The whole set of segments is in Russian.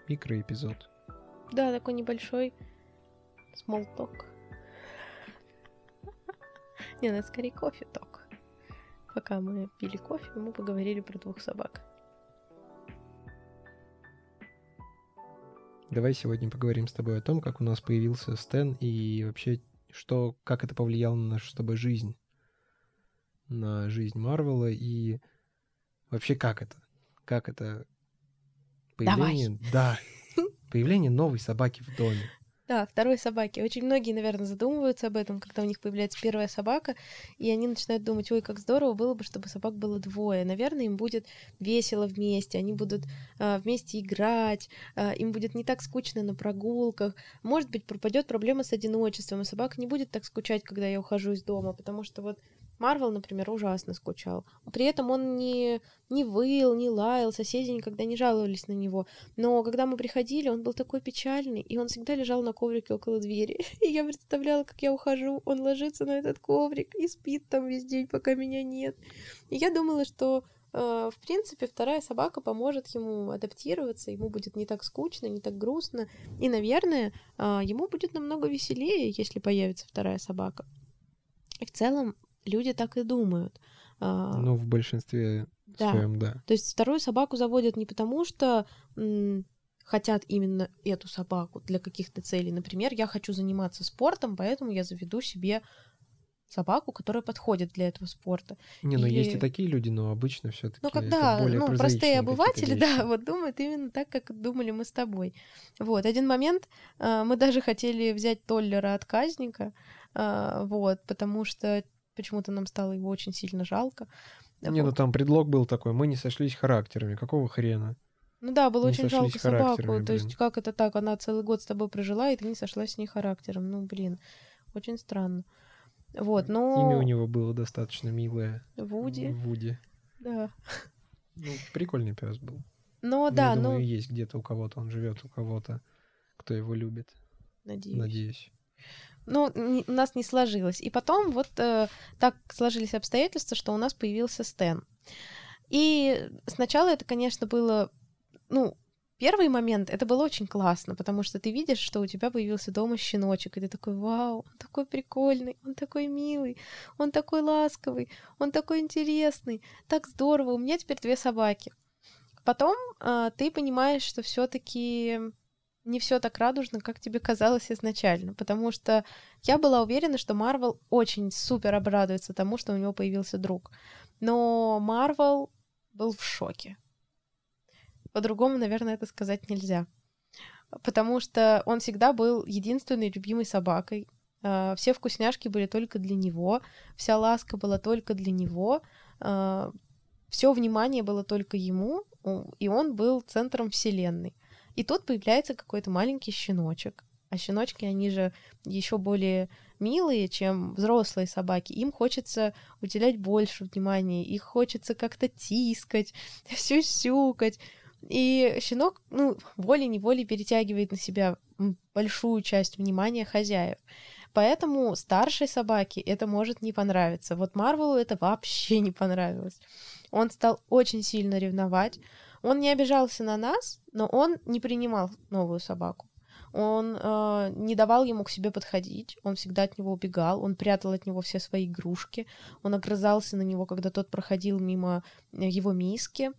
Микроэпизод. Да, такой небольшой small talk. Не, это скорее кофе-ток. Пока мы пили кофе, мы поговорили про 2 собак. Давай сегодня поговорим с тобой о том, как у нас появился Стэн и вообще, как это повлияло на нашу с тобой жизнь. На жизнь Марвела и вообще как это? Как это появление... Давай. Да, появление новой собаки в доме. Да, 2 собаки. Очень многие, наверное, задумываются об этом, когда у них появляется 1 собака, и они начинают думать, ой, как здорово было бы, чтобы собак было 2. Наверное, им будет весело вместе, они будут вместе играть, им будет не так скучно на прогулках. Может быть, пропадет проблема с одиночеством, и собака не будет так скучать, когда я ухожу из дома, потому что вот Марвел, например, ужасно скучал. При этом он не выл, не лаял, соседи никогда не жаловались на него. Но когда мы приходили, он был такой печальный, и он всегда лежал на коврике около двери. И я представляла, как я ухожу, он ложится на этот коврик и спит там весь день, пока меня нет. И я думала, что, в принципе, 2 собака поможет ему адаптироваться, ему будет не так скучно, не так грустно. И, наверное, ему будет намного веселее, если появится 2 собака. И в целом, люди так и думают. Ну, в большинстве своем, да. То есть 2 собаку заводят не потому, что хотят именно эту собаку для каких-то целей. Например, я хочу заниматься спортом, поэтому я заведу себе собаку, которая подходит для этого спорта. Ну есть и такие люди, но обычно все-таки ну, когда, это более простые обыватели, вещи. да, вот думают именно так, как думали мы с тобой. Вот, один момент, мы даже хотели взять Толлера отказника, потому что почему-то нам стало его очень сильно жалко. Ну там предлог был такой, мы не сошлись характерами, какого хрена? Ну да, было очень жалко собаку, блин. то есть как это так, она целый год с тобой прожила, и ты не сошлась с ней характером, очень странно. Вот, но... Имя у него было достаточно милое. Вуди. Да. Ну, прикольный пес был. Но я думаю, есть где-то у кого-то, он живет у кого-то, кто его любит. Надеюсь. Ну, у нас не сложилось. И потом вот так сложились обстоятельства, что у нас появился Стэн. И сначала это, конечно, было... первый момент, это было очень классно, потому что ты видишь, что у тебя появился дома щеночек, и ты такой, вау, он такой прикольный, он такой милый, он такой ласковый, он такой интересный, так здорово, у меня теперь 2 собаки. Потом ты понимаешь, что все-таки не все так радужно, как тебе казалось изначально, потому что я была уверена, что Марвел очень супер обрадуется тому, что у него появился друг. Но Марвел был в шоке. По-другому, наверное, это сказать нельзя. Потому что он всегда был единственной любимой собакой. Все вкусняшки были только для него, вся ласка была только для него, все внимание было только ему, и он был центром вселенной. И тут появляется какой-то маленький щеночек. А щеночки, они же еще более милые, чем взрослые собаки. Им хочется уделять больше внимания, их хочется как-то тискать, сюсюкать. И щенок, волей-неволей перетягивает на себя большую часть внимания хозяев. Поэтому старшей собаке это может не понравиться. Вот Марвелу это вообще не понравилось. Он стал очень сильно ревновать. Он не обижался на нас, но он не принимал новую собаку. Он не давал ему к себе подходить, он всегда от него убегал, он прятал от него все свои игрушки, он огрызался на него, когда тот проходил мимо его миски.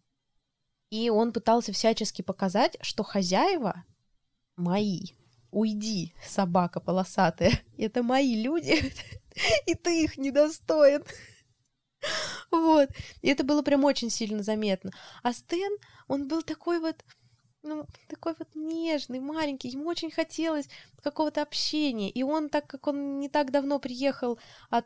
И он пытался всячески показать, что хозяева мои. Уйди, собака полосатая. Это мои люди, и ты их недостоин. Вот. И это было прям очень сильно заметно. А Стэн, он был такой вот нежный, маленький. Ему очень хотелось какого-то общения. И он, так как он не так давно приехал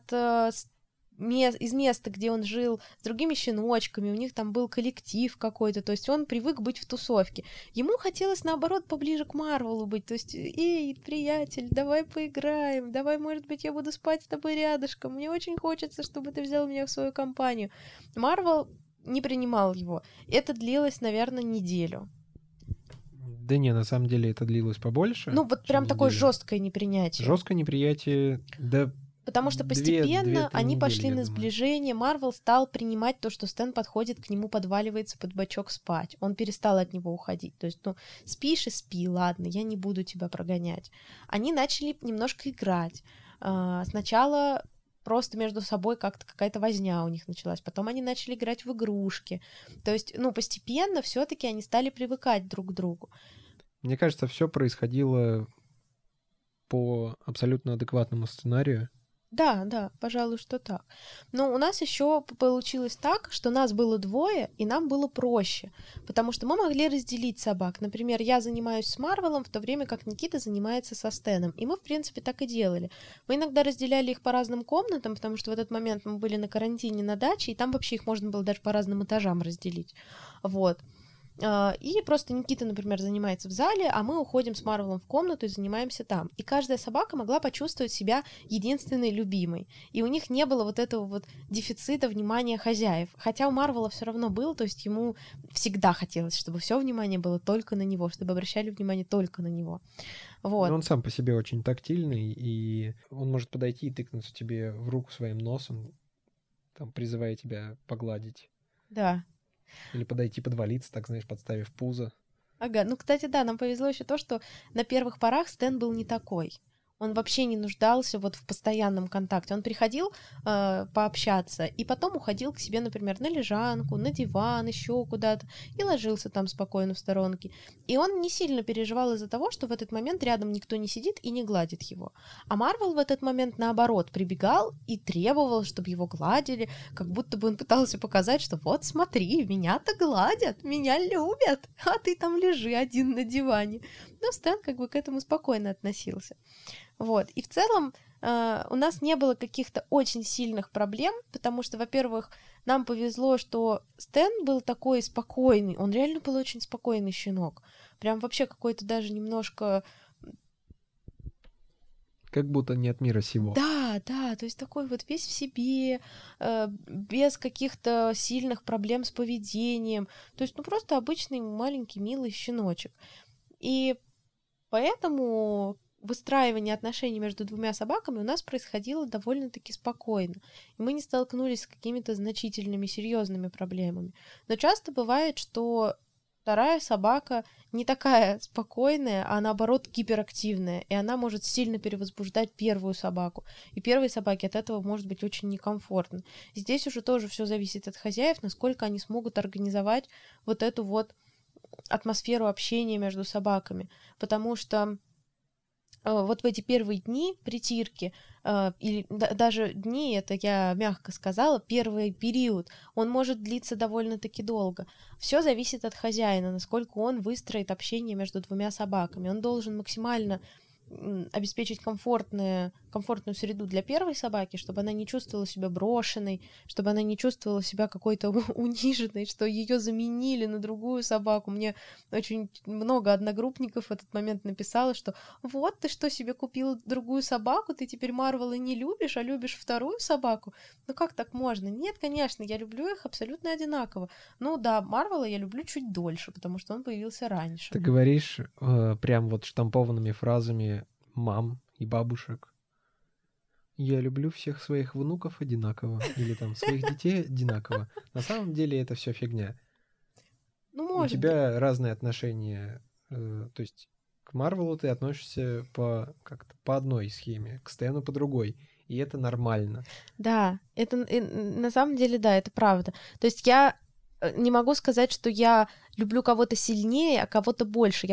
из места, где он жил с другими щеночками, у них там был коллектив какой-то, то есть он привык быть в тусовке. Ему хотелось, наоборот, поближе к Марвелу быть, то есть, эй, приятель, давай поиграем, давай, может быть, я буду спать с тобой рядышком, мне очень хочется, чтобы ты взял меня в свою компанию. Марвел не принимал его. Это длилось, наверное, неделю. Да не, на самом деле это длилось побольше. Прям такое жесткое непринятие. Жесткое неприятие, да. Потому что постепенно они пошли на сближение, Марвел стал принимать то, что Стэн подходит к нему, подваливается под бочок спать. Он перестал от него уходить. То есть, спишь и спи, ладно, я не буду тебя прогонять. Они начали немножко играть. Сначала просто между собой как-то какая-то возня у них началась. Потом они начали играть в игрушки. То есть, постепенно все-таки они стали привыкать друг к другу. Мне кажется, все происходило по абсолютно адекватному сценарию. Да, пожалуй, что так. Но у нас еще получилось так, что нас было двое, и нам было проще, потому что мы могли разделить собак. Например, я занимаюсь с Марвелом, в то время как Никита занимается со Стэном. И мы, в принципе, так и делали. Мы иногда разделяли их по разным комнатам, потому что в этот момент мы были на карантине на даче, и там вообще их можно было даже по разным этажам разделить. Вот. И просто Никита, например, занимается в зале, а мы уходим с Марвелом в комнату и занимаемся там. И каждая собака могла почувствовать себя единственной любимой. И у них не было вот этого вот дефицита внимания хозяев. Хотя у Марвела все равно было, то есть ему всегда хотелось, чтобы все внимание было только на него, чтобы обращали внимание только на него. Вот. Но он сам по себе очень тактильный, и он может подойти и тыкнуться тебе в руку своим носом, там, призывая тебя погладить. Да. Или подойти, подвалиться, так, знаешь, подставив пузо. Ага, кстати, да, нам повезло еще то, что на первых порах Стэн был не такой. Он вообще не нуждался вот в постоянном контакте. Он приходил пообщаться и потом уходил к себе, например, на лежанку, на диван, еще куда-то, и ложился там спокойно в сторонке. И он не сильно переживал из-за того, что в этот момент рядом никто не сидит и не гладит его. А Марвел в этот момент, наоборот, прибегал и требовал, чтобы его гладили, как будто бы он пытался показать, что вот смотри, меня-то гладят, меня любят, а ты там лежи один на диване. Но Стэн как бы к этому спокойно относился. Вот. И в целом у нас не было каких-то очень сильных проблем, потому что, во-первых, нам повезло, что Стэн был такой спокойный, он реально был очень спокойный щенок. Прям вообще какой-то даже немножко... Как будто не от мира сего. Да, то есть такой вот весь в себе, без каких-то сильных проблем с поведением. То есть, просто обычный маленький милый щеночек. И поэтому выстраивание отношений между двумя собаками у нас происходило довольно-таки спокойно. И мы не столкнулись с какими-то значительными, серьезными проблемами. Но часто бывает, что вторая собака не такая спокойная, а наоборот гиперактивная, и она может сильно перевозбуждать первую собаку. И первой собаке от этого может быть очень некомфортно. И здесь уже тоже все зависит от хозяев, насколько они смогут организовать вот эту вот атмосферу общения между собаками. Потому что вот в эти первые дни притирки, или даже дни, это я мягко сказала, первый период, он может длиться довольно-таки долго. Все зависит от хозяина, насколько он выстроит общение между двумя собаками. Он должен максимально обеспечить комфортную среду для первой собаки, чтобы она не чувствовала себя брошенной, чтобы она не чувствовала себя какой-то униженной, что ее заменили на другую собаку. Мне очень много одногруппников в этот момент написало, что вот ты что, себе купил другую собаку, ты теперь Марвела не любишь, а любишь вторую собаку? Ну как так можно? Нет, конечно, я люблю их абсолютно одинаково. Ну да, Марвела я люблю чуть дольше, потому что он появился раньше. Ты говоришь прям вот штампованными фразами мам и бабушек. Я люблю всех своих внуков одинаково. Или там своих детей одинаково. На самом деле это все фигня. У тебя разные отношения. То есть к Марвелу ты относишься по одной схеме, к Стэну по другой. И это нормально. Да, это на самом деле, да, это правда. То есть я не могу сказать, что я люблю кого-то сильнее, а кого-то больше.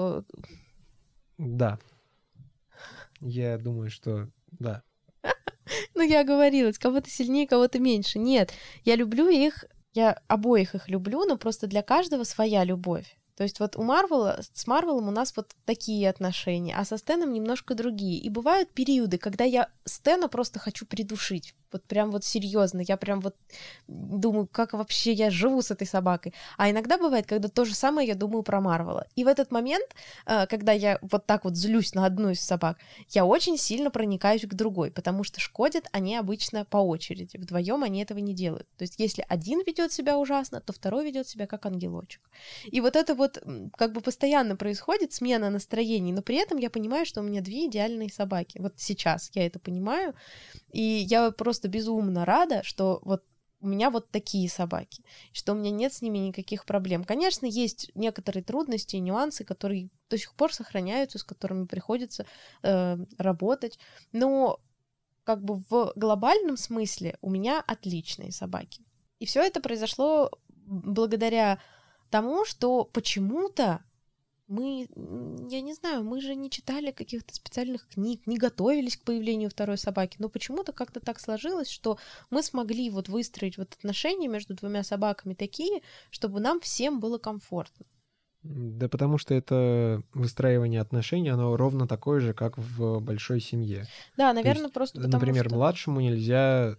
Да. Я думаю, что да. Ну, я оговорилась, кого-то сильнее, кого-то меньше. Нет, я люблю их, я обоих их люблю, но просто для каждого своя любовь. То есть вот с Марвелом у нас вот такие отношения, а со Стэном немножко другие. И бывают периоды, когда я Стэна просто хочу придушить. Вот прям вот серьезно. Я прям вот думаю, как вообще я живу с этой собакой. А иногда бывает, когда то же самое я думаю про Марвела. И в этот момент, когда я вот так вот злюсь на одну из собак, я очень сильно проникаюсь к другой, потому что шкодят они обычно по очереди. Вдвоем они этого не делают. То есть если один ведет себя ужасно, то второй ведет себя как ангелочек. И вот это вот вот как бы постоянно происходит смена настроений, но при этом я понимаю, что у меня 2 идеальные собаки. Вот сейчас я это понимаю, и я просто безумно рада, что вот у меня вот такие собаки, что у меня нет с ними никаких проблем. Конечно, есть некоторые трудности и нюансы, которые до сих пор сохраняются, с которыми приходится работать, но как бы в глобальном смысле у меня отличные собаки. И все это произошло благодаря тому, что почему-то мы, я не знаю, мы же не читали каких-то специальных книг, не готовились к появлению второй собаки, но почему-то как-то так сложилось, что мы смогли вот выстроить вот отношения между 2 собаками такие, чтобы нам всем было комфортно. Да потому что это выстраивание отношений, оно ровно такое же, как в большой семье. Да, наверное, есть, просто потому например, что... младшему нельзя,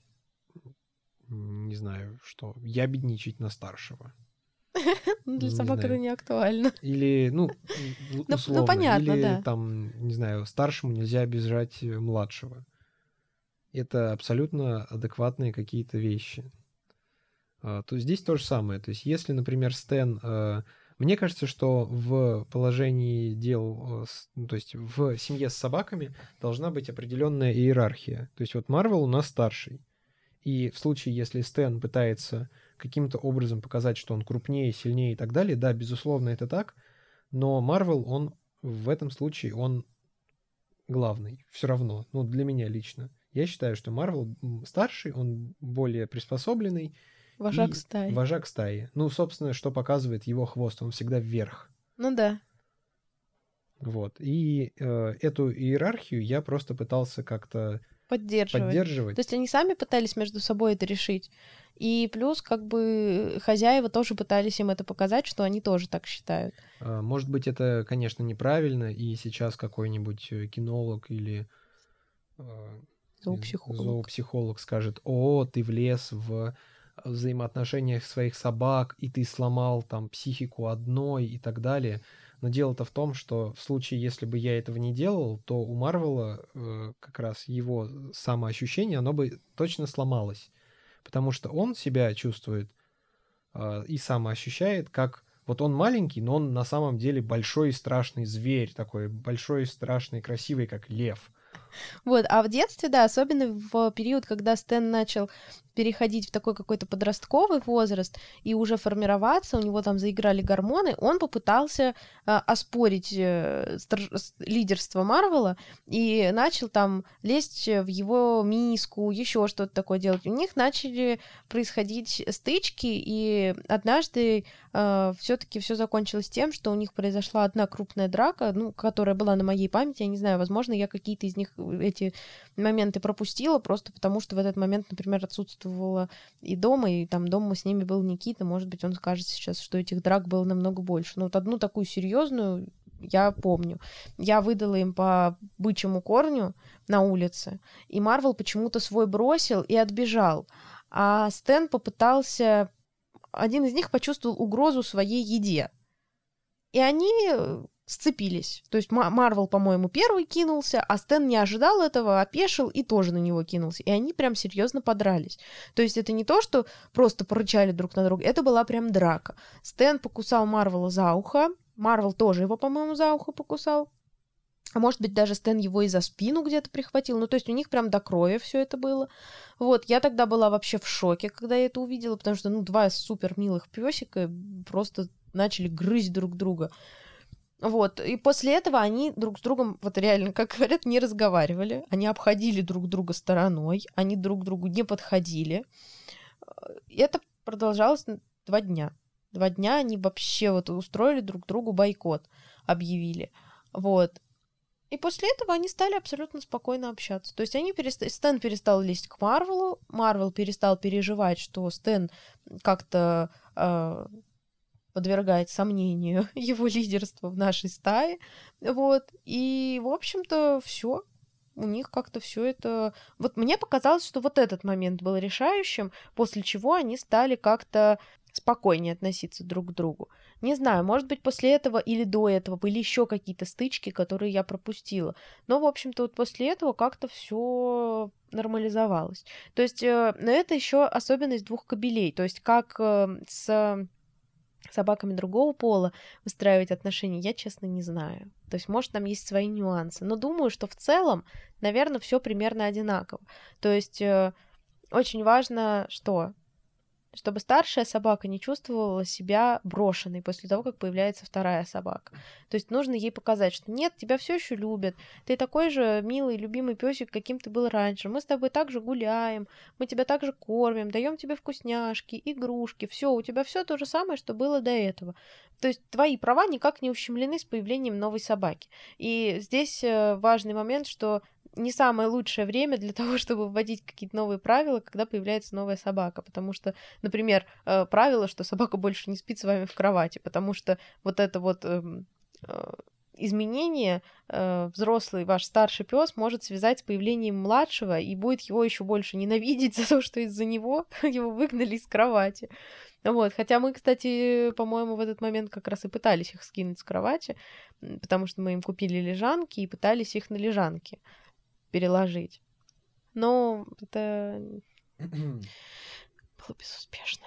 не знаю, что, ябедничать на старшего. Для собак это не актуально. Или, условно, понятно, или да. там, не знаю, старшему нельзя обижать младшего. Это абсолютно адекватные какие-то вещи. То здесь то же самое. То есть если, например, Стэн... Мне кажется, что в положении дел, то есть в семье с собаками должна быть определенная иерархия. То есть вот Марвел у нас старший. И в случае, если Стэн пытается каким-то образом показать, что он крупнее, сильнее и так далее, да, безусловно, это так, но Марвел, он в этом случае, он главный, все равно, для меня лично. Я считаю, что Марвел старший, он более приспособленный. Вожак стаи. Вожак стаи. Собственно, что показывает его хвост, он всегда вверх. Ну да. Вот. И эту иерархию я просто пытался как-то поддерживать. То есть они сами пытались между собой это решить. И плюс как бы хозяева тоже пытались им это показать, что они тоже так считают. Может быть, это, конечно, неправильно, и сейчас какой-нибудь кинолог или зоопсихолог скажет: «О, ты влез в взаимоотношениях своих собак, и ты сломал там психику одной» и так далее. Но дело-то в том, что в случае, если бы я этого не делал, то у Марвела как раз его самоощущение, оно бы точно сломалось. Потому что он себя чувствует и самоощущает как... Вот он маленький, но он на самом деле большой и страшный зверь, такой большой и страшный, красивый, как лев. Вот, а в детстве, да, особенно в период, когда Стэн начал переходить в такой какой-то подростковый возраст и уже формироваться, у него там заиграли гормоны, он попытался оспорить лидерство Марвела и начал там лезть в его миску, еще что-то такое делать. У них начали происходить стычки, и однажды все-таки все закончилось тем, что у них произошла одна крупная драка, которая была на моей памяти, я не знаю, возможно, я какие-то из них, эти моменты пропустила, просто потому что в этот момент, например, отсутствовала и дома, и там дома с ними был Никита, может быть, он скажет сейчас, что этих драк было намного больше. Но вот одну такую серьезную я помню. Я выдала им по бычьему корню на улице, и Марвел почему-то свой бросил и отбежал. А Стэн попытался... Один из них почувствовал угрозу своей еде. И они сцепились. То есть Марвел, по-моему, первый кинулся, а Стэн не ожидал этого, опешил и тоже на него кинулся. И они прям серьезно подрались. То есть это не то, что просто порычали друг на друга, это была прям драка. Стэн покусал Марвела за ухо, Марвел тоже его, по-моему, за ухо покусал. А может быть, даже Стэн его и за спину где-то прихватил. То есть у них прям до крови все это было. Вот, я тогда была вообще в шоке, когда я это увидела, потому что, 2 супер милых пёсика просто начали грызть друг друга. Вот, и после этого они друг с другом, вот реально, как говорят, не разговаривали, они обходили друг друга стороной, они друг к другу не подходили. И это продолжалось 2 дня. 2 дня они вообще вот устроили друг другу бойкот, объявили. Вот. И после этого они стали абсолютно спокойно общаться. То есть Стэн перестал лезть к Марвелу, Марвел перестал переживать, что Стэн как-то подвергает сомнению его лидерство в нашей стае. Вот. И, в общем-то, все. У них как-то все это... Вот мне показалось, что вот этот момент был решающим, после чего они стали как-то спокойнее относиться друг к другу. Не знаю, может быть, после этого или до этого были еще какие-то стычки, которые я пропустила. Но, в общем-то, вот после этого как-то все нормализовалось. То есть, но это еще особенность 2 кобелей. То есть, как с собаками другого пола выстраивать отношения, я, честно, не знаю. То есть, может, там есть свои нюансы. Но думаю, что в целом, наверное, все примерно одинаково. То есть, очень важно, что? Чтобы старшая собака не чувствовала себя брошенной после того, как появляется вторая собака. То есть нужно ей показать, что нет, тебя все еще любят, ты такой же милый, любимый песик, каким ты был раньше, мы с тобой также гуляем, мы тебя также кормим, даем тебе вкусняшки, игрушки, все, у тебя все то же самое, что было до этого. То есть твои права никак не ущемлены с появлением новой собаки. И здесь важный момент, что не самое лучшее время для того, чтобы вводить какие-то новые правила, когда появляется новая собака, потому что, например, правило, что собака больше не спит с вами в кровати, потому что вот это вот изменение взрослый ваш старший пес может связать с появлением младшего и будет его еще больше ненавидеть за то, что из-за него его выгнали из кровати. Вот. Хотя мы, кстати, по-моему, в этот момент как раз и пытались их скинуть с кровати, потому что мы им купили лежанки и пытались их на лежанки переложить. Но это было безуспешно.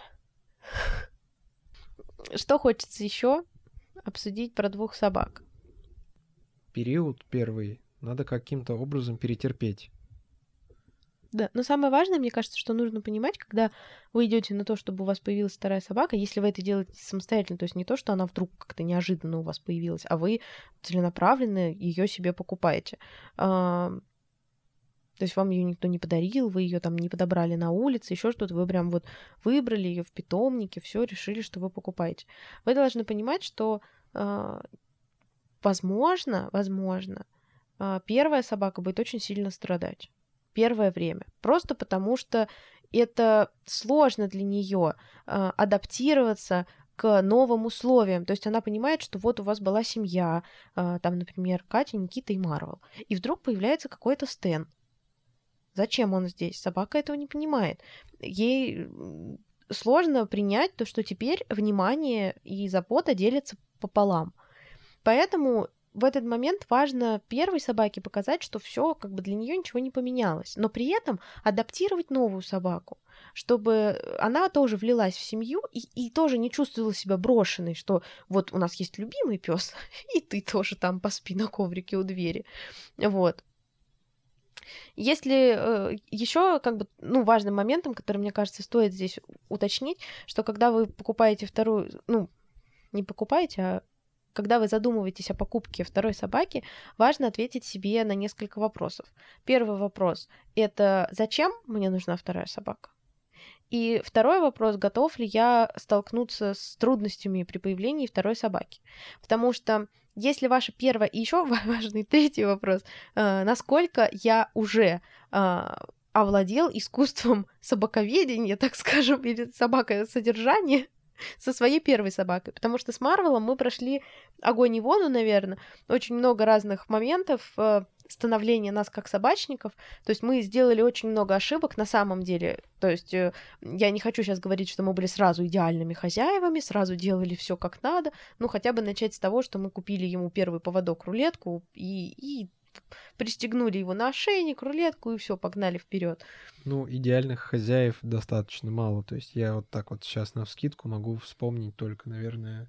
Что хочется еще обсудить про двух собак? Период первый надо каким-то образом перетерпеть. Да, но самое важное, мне кажется, что нужно понимать, когда вы идете на то, чтобы у вас появилась вторая собака, если вы это делаете самостоятельно, то есть не то, что она вдруг как-то неожиданно у вас появилась, а вы целенаправленно ее себе покупаете. То есть вам ее никто не подарил, вы ее там не подобрали на улице, еще что-то, вы прям вот выбрали ее в питомнике, все решили, что вы покупаете. Вы должны понимать, что возможно, первая собака будет очень сильно страдать первое время, просто потому что это сложно для нее адаптироваться к новым условиям. То есть она понимает, что вот у вас была семья, там, например, Катя, Никита и Марвел, и вдруг появляется какой-то Стэн. Зачем он здесь? Собака этого не понимает. Ей сложно принять то, что теперь внимание и забота делятся пополам. Поэтому в этот момент важно первой собаке показать, что все как бы для нее ничего не поменялось, но при этом адаптировать новую собаку, чтобы она тоже влилась в семью и тоже не чувствовала себя брошенной, что вот у нас есть любимый пес, и ты тоже там поспи на коврике у двери. Вот. Если еще как бы, важным моментом, который, мне кажется, стоит здесь уточнить, что когда вы покупаете вторую, не покупаете, а когда вы задумываетесь о покупке второй собаки, важно ответить себе на несколько вопросов. Первый вопрос — это зачем мне нужна вторая собака? И второй вопрос — готов ли я столкнуться с трудностями при появлении второй собаки? Потому что если ваша первая... И еще важный третий вопрос. Насколько я уже овладел искусством собаковедения, так скажем, или собакосодержания со своей первой собакой. Потому что с Марвелом мы прошли огонь и воду, наверное. Очень много разных моментов становления нас как собачников. То есть мы сделали очень много ошибок на самом деле. То есть я не хочу сейчас говорить, что мы были сразу идеальными хозяевами, сразу делали все как надо. Хотя бы начать с того, что мы купили ему первый поводок, рулетку и пристегнули его на ошейник, рулетку, и все, погнали вперед. Идеальных хозяев достаточно мало. То есть я вот так вот сейчас навскидку могу вспомнить только, наверное,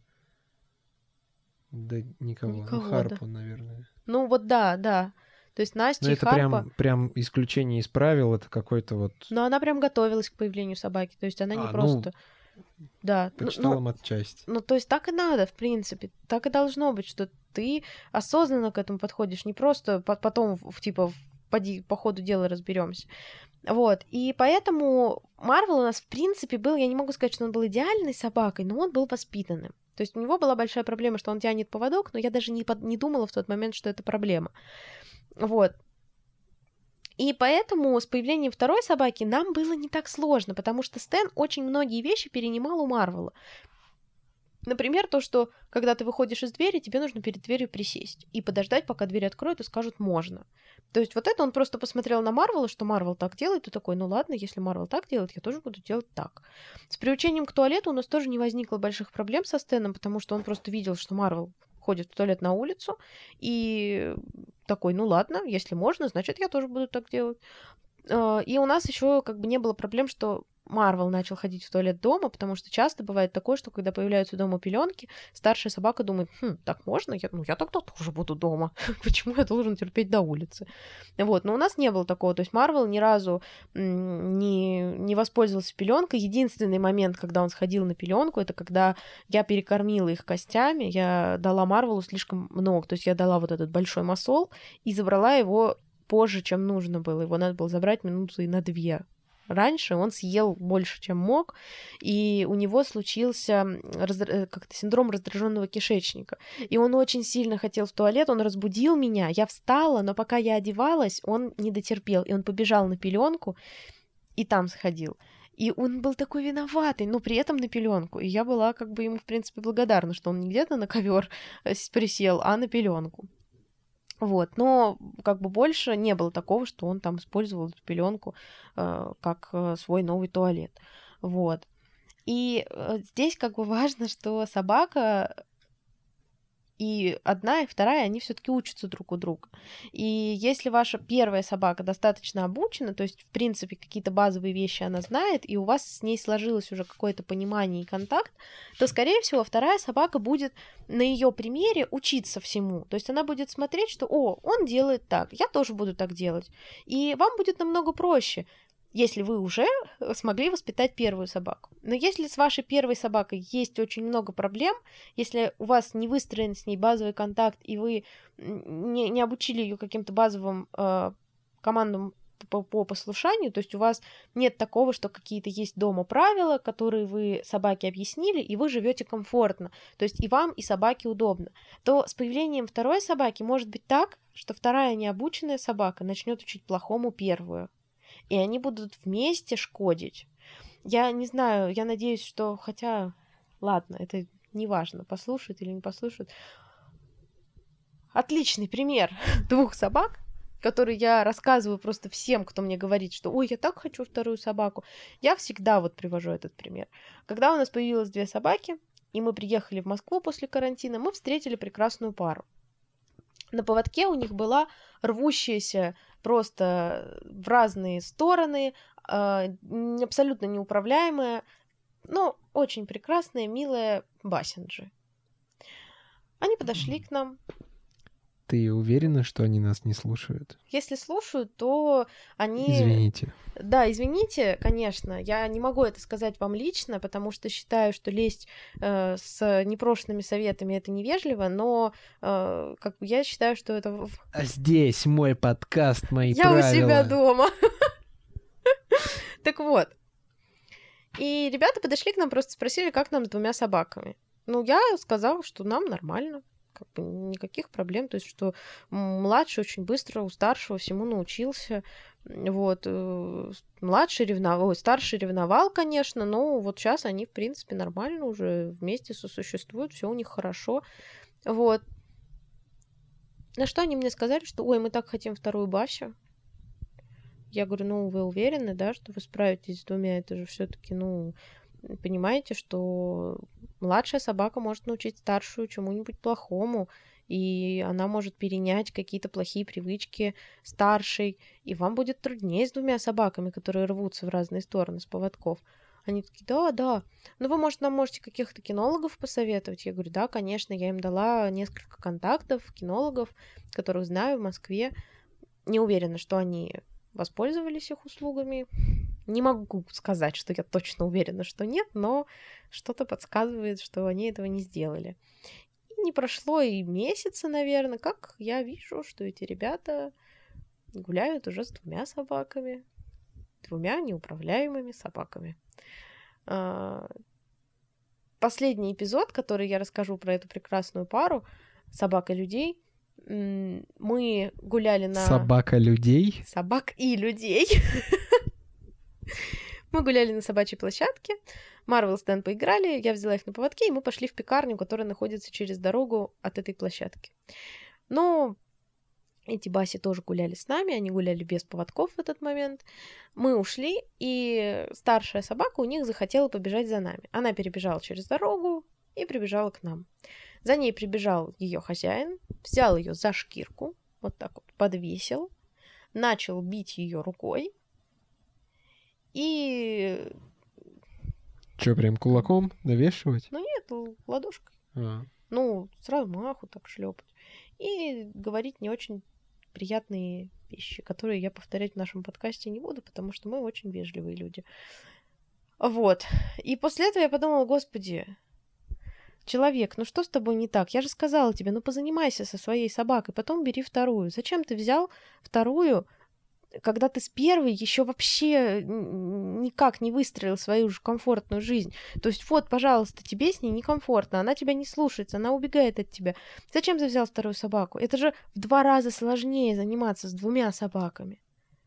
да никого. Харпу, да. Наверное. Да. То есть Настя и это Харпа... прям исключение из правил, это какой-то вот... Но она прям готовилась к появлению собаки, то есть она не просто... Да. Почитала матчасть. То есть так и надо, в принципе. Так и должно быть, что ты осознанно к этому подходишь, не просто потом, по ходу дела разберемся. Вот. И поэтому Марвел у нас, в принципе, был, я не могу сказать, что он был идеальной собакой, но он был воспитанным. То есть у него была большая проблема, что он тянет поводок, но я даже не думала в тот момент, что это проблема. Вот. И поэтому с появлением второй собаки нам было не так сложно, потому что Стэн очень многие вещи перенимал у Марвела. Например, то, что когда ты выходишь из двери, тебе нужно перед дверью присесть и подождать, пока дверь откроют и скажут «можно». То есть вот это он просто посмотрел на Марвела, что Марвел так делает, и такой, ладно, если Марвел так делает, я тоже буду делать так. С приучением к туалету у нас тоже не возникло больших проблем со Стэном, потому что он просто видел, что Марвел ходит в туалет на улицу, и такой, ладно, если можно, значит, я тоже буду так делать. И у нас еще не было проблем, что Марвел начал ходить в туалет дома, потому что часто бывает такое, что когда появляются дома пеленки, старшая собака думает, так можно? Я тогда тоже буду дома. Почему я должен терпеть до улицы? Вот, но у нас не было такого. То есть Марвел ни разу не воспользовался пеленкой. Единственный момент, когда он сходил на пеленку, это когда я перекормила их костями, я дала Марвелу слишком много. То есть я дала вот этот большой масол и забрала его позже, чем нужно было. Его надо было забрать минуты на 2. Раньше он съел больше, чем мог, и у него случился как-то синдром раздраженного кишечника. И он очень сильно хотел в туалет, он разбудил меня, я встала, но пока я одевалась, он не дотерпел, и он побежал на пеленку и там сходил. И он был такой виноватый, но при этом на пеленку. И я была как бы ему, в принципе, благодарна, что он не где-то на ковер присел, а на пеленку. Вот, но как бы больше не было такого, что он там использовал эту пеленку как свой новый туалет. Вот. И здесь как бы важно, что собака и одна, и вторая, они все-таки учатся друг у друга. И если ваша первая собака достаточно обучена, то есть, в принципе, какие-то базовые вещи она знает, и у вас с ней сложилось уже какое-то понимание и контакт, то, скорее всего, вторая собака будет на ее примере учиться всему. То есть она будет смотреть, что, он делает так, я тоже буду так делать. И вам будет намного проще, если вы уже смогли воспитать первую собаку. Но если с вашей первой собакой есть очень много проблем, если у вас не выстроен с ней базовый контакт, и вы не обучили ее каким-то базовым командам по послушанию, то есть у вас нет такого, что какие-то есть дома правила, которые вы собаке объяснили, и вы живете комфортно, то есть и вам, и собаке удобно, то с появлением второй собаки может быть так, что вторая необученная собака начнет учить плохому первую. И они будут вместе шкодить. Я не знаю, я надеюсь, что... Хотя, ладно, это не важно, послушают или не послушают. Отличный пример 2 собак, который я рассказываю просто всем, кто мне говорит, что «Ой, я так хочу вторую собаку». Я всегда вот привожу этот пример. Когда у нас появилось 2 собаки, и мы приехали в Москву после карантина, мы встретили прекрасную пару. На поводке у них была рвущаяся просто в разные стороны, абсолютно неуправляемая, но очень прекрасная, милая Бассинджи. Они подошли к нам. Ты уверена, что они нас не слушают? Если слушают, то они... Извините. Да, извините, конечно, я не могу это сказать вам лично, потому что считаю, что лезть с непрошенными советами — это невежливо, но как бы я считаю, что это... А здесь мой подкаст, мои правила. Я у себя дома. Так вот. И ребята подошли к нам, просто спросили, как нам с 2 собаками. Ну, я сказала, что нам нормально. Как бы никаких проблем, то есть что младший очень быстро у старшего всему научился, вот, старший ревновал, конечно, но вот сейчас они, в принципе, нормально уже вместе сосуществуют, все у них хорошо, вот. На что они мне сказали, что, ой, мы так хотим вторую Басю. Я говорю, ну, вы уверены, да, что вы справитесь с 2, это же все-таки, ну, понимаете, что младшая собака может научить старшую чему-нибудь плохому, и она может перенять какие-то плохие привычки старшей, и вам будет труднее с 2 собаками, которые рвутся в разные стороны с поводков. Они такие, да. Ну, вы, может, нам можете каких-то кинологов посоветовать? Я говорю, да, конечно, я им дала несколько контактов кинологов, которых знаю в Москве. Не уверена, что они воспользовались их услугами. Не могу сказать, что я точно уверена, что нет, но что-то подсказывает, что они этого не сделали. И не прошло и месяца, наверное, как я вижу, что эти ребята гуляют уже с 2 собаками. 2 неуправляемыми собаками. Последний эпизод, который я расскажу про эту прекрасную пару, собака людей, мы гуляли на... Собака людей? Собак и людей. Мы гуляли на собачьей площадке, Марвел с Дэн поиграли, я взяла их на поводке, и мы пошли в пекарню, которая находится через дорогу от этой площадки. Но эти Баси тоже гуляли с нами, они гуляли без поводков в этот момент. Мы ушли, и старшая собака у них захотела побежать за нами. Она перебежала через дорогу и прибежала к нам. За ней прибежал ее хозяин, взял ее за шкирку, вот так вот подвесил, начал бить ее рукой. И Что, прям кулаком навешивать? Ну нет, ладошкой. А. Ну, с размаху так шлепать. И говорить не очень приятные вещи, которые я повторять в нашем подкасте не буду, потому что мы очень вежливые люди. Вот. И после этого я подумала, господи, человек, ну что с тобой не так? Я же сказала тебе, ну позанимайся со своей собакой, потом бери вторую. Зачем ты взял вторую, когда ты с первой еще вообще никак не выстроил свою же комфортную жизнь? То есть вот, пожалуйста, тебе с ней некомфортно, она тебя не слушается, она убегает от тебя. Зачем ты взял вторую собаку? Это же в 2 раза сложнее заниматься с 2 собаками.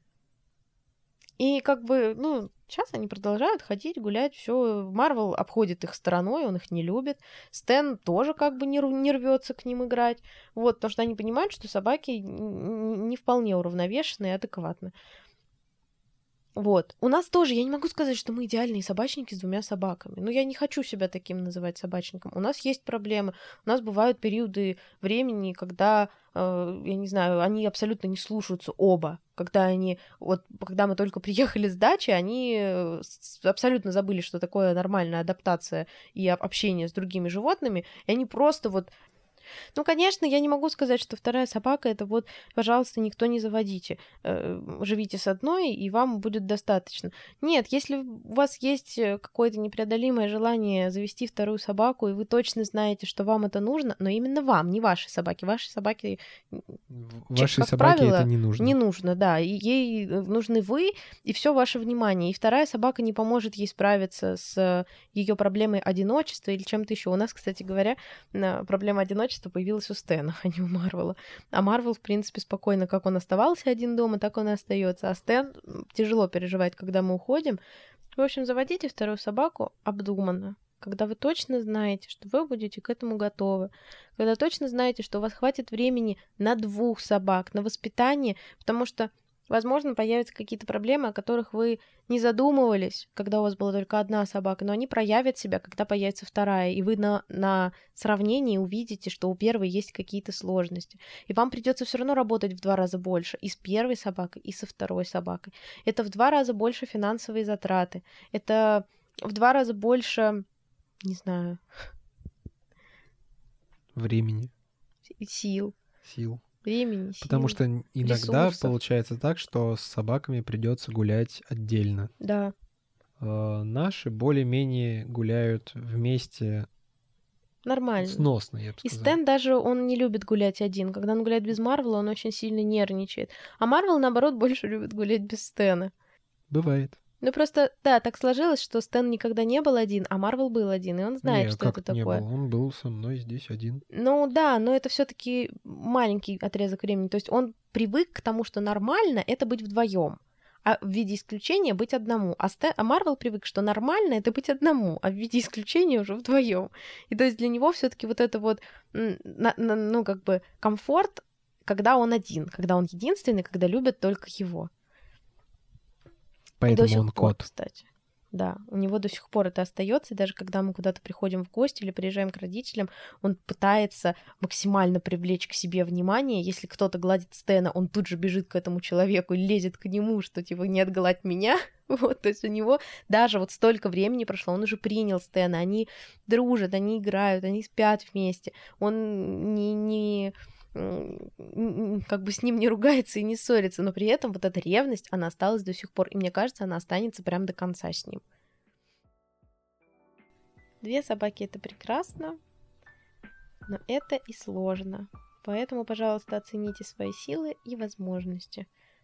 И как бы, ну, сейчас они продолжают ходить, гулять, все. Марвел обходит их стороной, он их не любит. Стэн тоже как бы не рвется к ним играть. Вот, потому что они понимают, что собаки не вполне уравновешены и адекватны. Вот. У нас тоже, я не могу сказать, что мы идеальные собачники с 2 собаками. Но я не хочу себя таким называть собачником. У нас есть проблемы. У нас бывают периоды времени, когда, я не знаю, они абсолютно не слушаются оба. Когда мы только приехали с дачи, они абсолютно забыли, что такое нормальная адаптация и общение с другими животными. И они просто вот... Ну, конечно, я не могу сказать, что 2 собака — это вот, пожалуйста, никто не заводите. Живите с одной, и вам будет достаточно. Нет, если у вас есть какое-то непреодолимое желание завести 2 собаку, и вы точно знаете, что вам это нужно, но именно вам, не вашей собаке. Вашей собаке, Вашей как собаке правило, это не нужно. Не нужно, да. И ей нужны вы и все ваше внимание. И 2 собака не поможет ей справиться с ее проблемой одиночества или чем-то еще. У нас, кстати говоря, проблема одиночества появилась у Стэна, а не у Марвела. А Марвел, в принципе, спокойно, как он оставался один дома, так он и остается. А Стэн тяжело переживает, когда мы уходим. В общем, заводите 2 собаку обдуманно, когда вы точно знаете, что вы будете к этому готовы, когда точно знаете, что у вас хватит времени на 2 собак, на воспитание, потому что, возможно, появятся какие-то проблемы, о которых вы не задумывались, когда у вас была только 1 собака, но они проявят себя, когда появится 2, и вы на сравнении увидите, что у первой есть какие-то сложности. И вам придется все равно работать в 2 раза больше и с 1 собакой, и со 2 собакой. Это в 2 раза больше финансовые затраты. Это в 2 раза больше, не знаю... Времени. Сил. Времени, сил, Потому что иногда ресурсов. Получается так, что с собаками придется гулять отдельно. Да. Наши более-менее гуляют вместе. Нормально. Сносно, я бы И сказал. Стэн даже, он не любит гулять один. Когда он гуляет без Марвела, он очень сильно нервничает. А Марвел, наоборот, больше любит гулять без Стэна. Бывает. Ну просто, да, так сложилось, что Стэн никогда не был один, а Марвел был один, и он знает, что это не такое. был? Он был со мной здесь один. Ну да, но это все-таки маленький отрезок времени. То есть он привык к тому, что нормально это быть вдвоем, а в виде исключения быть одному. А Марвел привык, что нормально это быть одному, а в виде исключения уже вдвоем. И то есть для него все-таки вот это вот, ну как бы комфорт, когда он один, когда он единственный, когда любят только его. Поэтому до сих он пор, кот. Кстати. Да, у него до сих пор это остается, и даже когда мы куда-то приходим в гости или приезжаем к родителям, он пытается максимально привлечь к себе внимание. Если кто-то гладит Стэна, он тут же бежит к этому человеку и лезет к нему, что типа нет, гладь меня. Вот, то есть у него даже вот столько времени прошло, он уже принял Стэна, они дружат, они играют, они спят вместе. Он как бы с ним не ругается и не ссорится, но при этом вот эта ревность, она осталась до сих пор, и мне кажется, она останется прям до конца с ним. 2 собаки — это прекрасно, но это и сложно. Поэтому, пожалуйста, оцените свои силы и возможности.